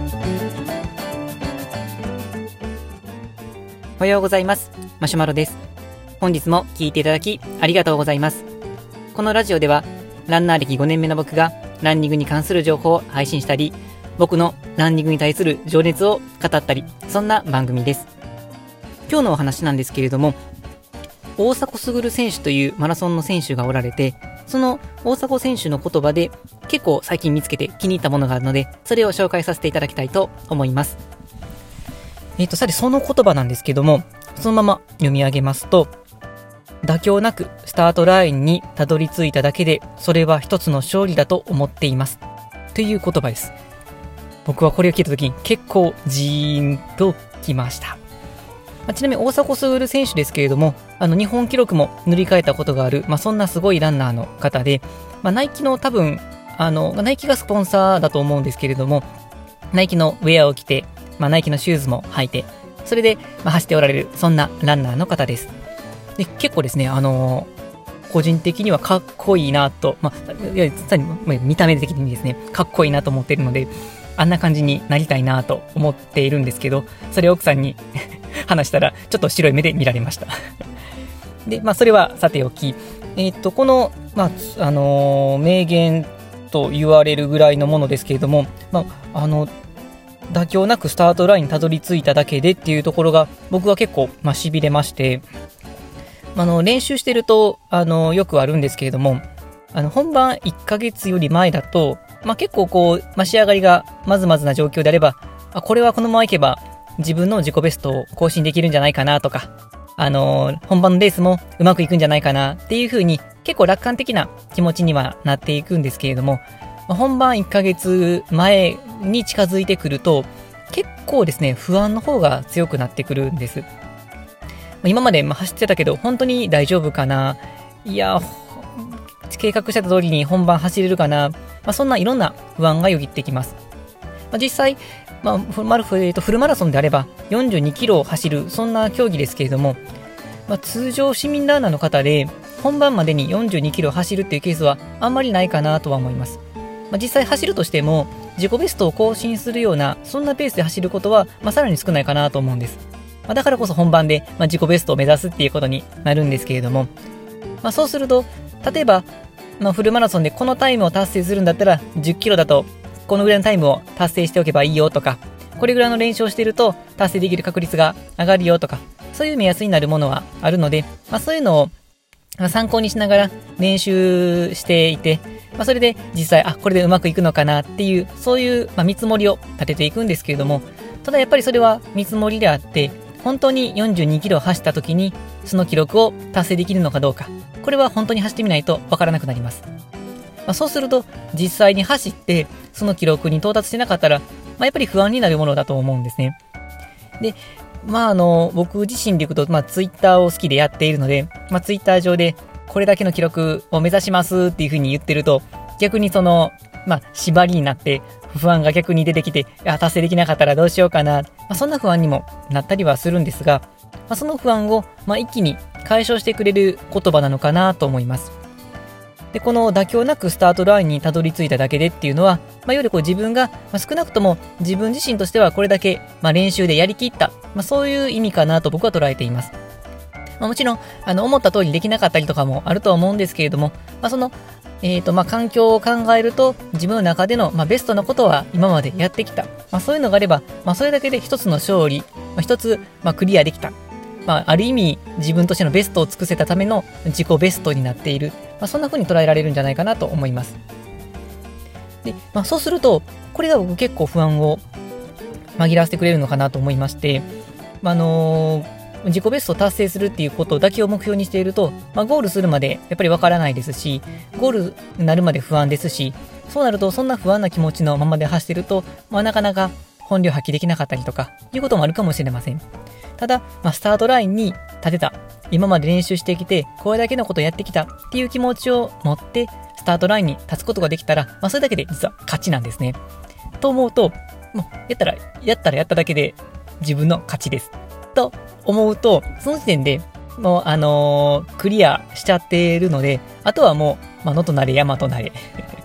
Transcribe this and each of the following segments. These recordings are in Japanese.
おはようございます。マシュマロです。本日も聞いていただきありがとうございます。このラジオではランナー歴5年目の僕がランニングに関する情報を配信したり、僕のランニングに対する情熱を語ったり、そんな番組です。今日のお話なんですけれども、大迫傑選手というマラソンの選手がおられて、その大迫選手の言葉で結構最近見つけて気に入ったものがあるので、それを紹介させていただきたいと思います。さてその言葉なんですけども、そのまま読み上げますと、妥協なくスタートラインにたどり着いただけで、それは一つの勝利だと思っていますという言葉です。僕はこれを聞いた時に結構ジーンときました。ちなみに大迫傑選手ですけれども、日本記録も塗り替えたことがある、そんなすごいランナーの方で、ナイキの多分ナイキがスポンサーだと思うんですけれども、ナイキのウェアを着て、ナイキのシューズも履いて、それで、走っておられる、そんなランナーの方です。で、結構ですね、個人的にはかっこいいなと、見た目的にですね、かっこいいなと思っているので、あんな感じになりたいなと思っているんですけど、それを奥さんに話したら、ちょっと白い目で見られました。で、それはさておき、この、名言と言われるぐらいのものですけれども、妥協なくスタートラインにたどり着いただけでっていうところが僕は結構痺れまして、練習してるとよくあるんですけれども、本番1ヶ月より前だと、結構仕上がりがまずまずな状況であれば、これはこのままいけば自分の自己ベストを更新できるんじゃないかなとか、本番のレースもうまくいくんじゃないかなっていう風に結構楽観的な気持ちにはなっていくんですけれども、本番1ヶ月前に近づいてくると結構ですね、不安の方が強くなってくるんです。今まで走ってたけど本当に大丈夫かな、いや計画した通りに本番走れるかな、そんないろんな不安がよぎってきます。実際、フルマラソンであれば42キロを走る、そんな競技ですけれども、通常市民ランナーの方で本番までに42キロ走るっていうケースはあんまりないかなとは思います。実際走るとしても自己ベストを更新するようなそんなペースで走ることは、さらに少ないかなと思うんです。だからこそ本番で、自己ベストを目指すっていうことになるんですけれども、そうすると例えば、フルマラソンでこのタイムを達成するんだったら10キロだとこのぐらいのタイムを達成しておけばいいよとか、これぐらいの練習をしていると達成できる確率が上がるよとか、そういう目安になるものはあるので、そういうのを参考にしながら練習していて、それで実際これでうまくいくのかなっていう、そういう見積もりを立てていくんですけれども、ただやっぱりそれは見積もりであって、本当に42キロ走った時にその記録を達成できるのかどうか、これは本当に走ってみないとわからなくなります。そうすると実際に走ってその記録に到達してなかったら、やっぱり不安になるものだと思うんですね。で、僕自身でいくと、ツイッターを好きでやっているので、ツイッター上でこれだけの記録を目指しますっていう風に言ってると、逆にその、縛りになって不安が逆に出てきて、達成できなかったらどうしようかな、そんな不安にもなったりはするんですが、その不安を、一気に解消してくれる言葉なのかなと思います。で、この妥協なくスタートラインにたどり着いただけでっていうのは、より自分が、少なくとも自分自身としてはこれだけ、練習でやりきった、そういう意味かなと僕は捉えています。もちろん思った通りできなかったりとかもあるとは思うんですけれども、その環境を考えると自分の中での、ベストなことは今までやってきた、そういうのがあれば、それだけで一つの勝利、一つ、クリアできた、ある意味自分としてのベストを尽くせたための自己ベストになっている、そんな風に捉えられるんじゃないかなと思います。で、そうするとこれが僕結構不安を紛らわせてくれるのかなと思いまして、自己ベストを達成するっていうことだけを目標にしていると、ゴールするまでやっぱりわからないですし、ゴールになるまで不安ですし、そうなるとそんな不安な気持ちのままで走っていると、なかなか本領発揮できなかったりとかいうこともあるかもしれません。ただ、スタートラインに立てた、今まで練習してきてこれだけのことをやってきたっていう気持ちを持ってスタートラインに立つことができたら、それだけで実は勝ちなんですね。と思うと、もうやっただけで自分の勝ちですと思うと、その時点でもうクリアしちゃっているので、あとはもう、野となれ山となれ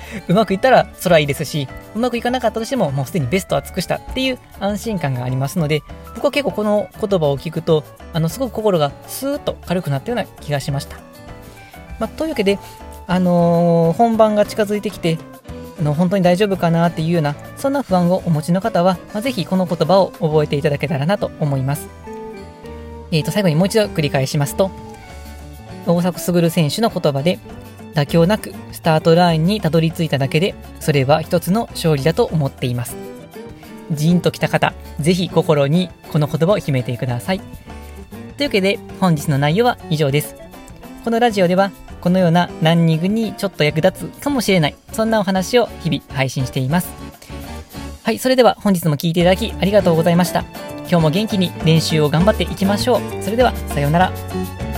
うまくいったらそれはいいですし、うまくいかなかったとしてももうすでにベストは尽くしたっていう安心感がありますので、僕は結構この言葉を聞くとすごく心がスーッと軽くなったような気がしました。というわけで、本番が近づいてきて本当に大丈夫かなっていうようなそんな不安をお持ちの方は、ぜひこの言葉を覚えていただけたらなと思います。最後にもう一度繰り返しますと、大迫傑選手の言葉で、妥協なくスタートラインにたどり着いただけでそれは一つの勝利だと思っています。ジーンときた方、ぜひ心にこの言葉を秘めてください。というわけで本日の内容は以上です。このラジオではこのようなランニングにちょっと役立つかもしれない、そんなお話を日々配信しています。はい、それでは本日も聞いていただきありがとうございました。今日も元気に練習を頑張っていきましょう。それではさようなら。